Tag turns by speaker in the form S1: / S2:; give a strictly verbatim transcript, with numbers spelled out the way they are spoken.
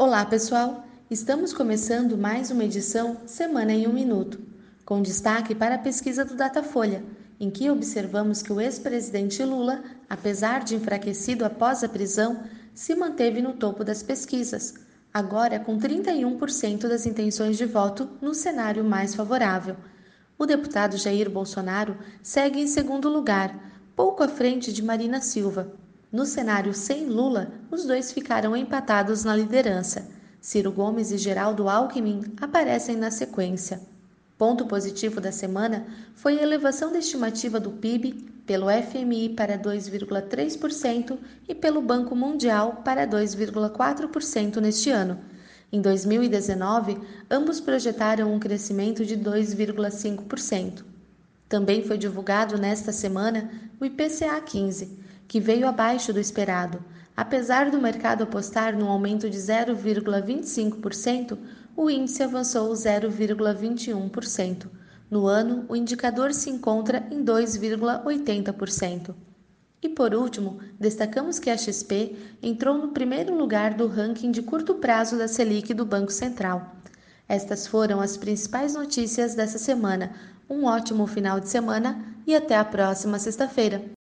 S1: Olá, pessoal! Estamos começando mais uma edição Semana em um Minuto, com destaque para a pesquisa do Datafolha, em que observamos que o ex-presidente Lula, apesar de enfraquecido após a prisão, se manteve no topo das pesquisas, agora com trinta e um por cento das intenções de voto no cenário mais favorável. O deputado Jair Bolsonaro segue em segundo lugar, pouco à frente de Marina Silva. No cenário sem Lula, os dois ficaram empatados na liderança. Ciro Gomes e Geraldo Alckmin aparecem na sequência. Ponto positivo da semana foi a elevação da estimativa do P I B pelo F M I para dois vírgula três por cento e pelo Banco Mundial para dois vírgula quatro por cento neste ano. Em dois mil e dezenove, ambos projetaram um crescimento de dois vírgula cinco por cento. Também foi divulgado nesta semana o I P C A quinze, que veio abaixo do esperado. Apesar do mercado apostar num aumento de zero vírgula vinte e cinco por cento, o índice avançou zero vírgula vinte e um por cento. No ano, o indicador se encontra em dois vírgula oitenta por cento. E por último, destacamos que a X P entrou no primeiro lugar do ranking de curto prazo da Selic do Banco Central. Estas foram as principais notícias dessa semana. Um ótimo final de semana e até a próxima sexta-feira.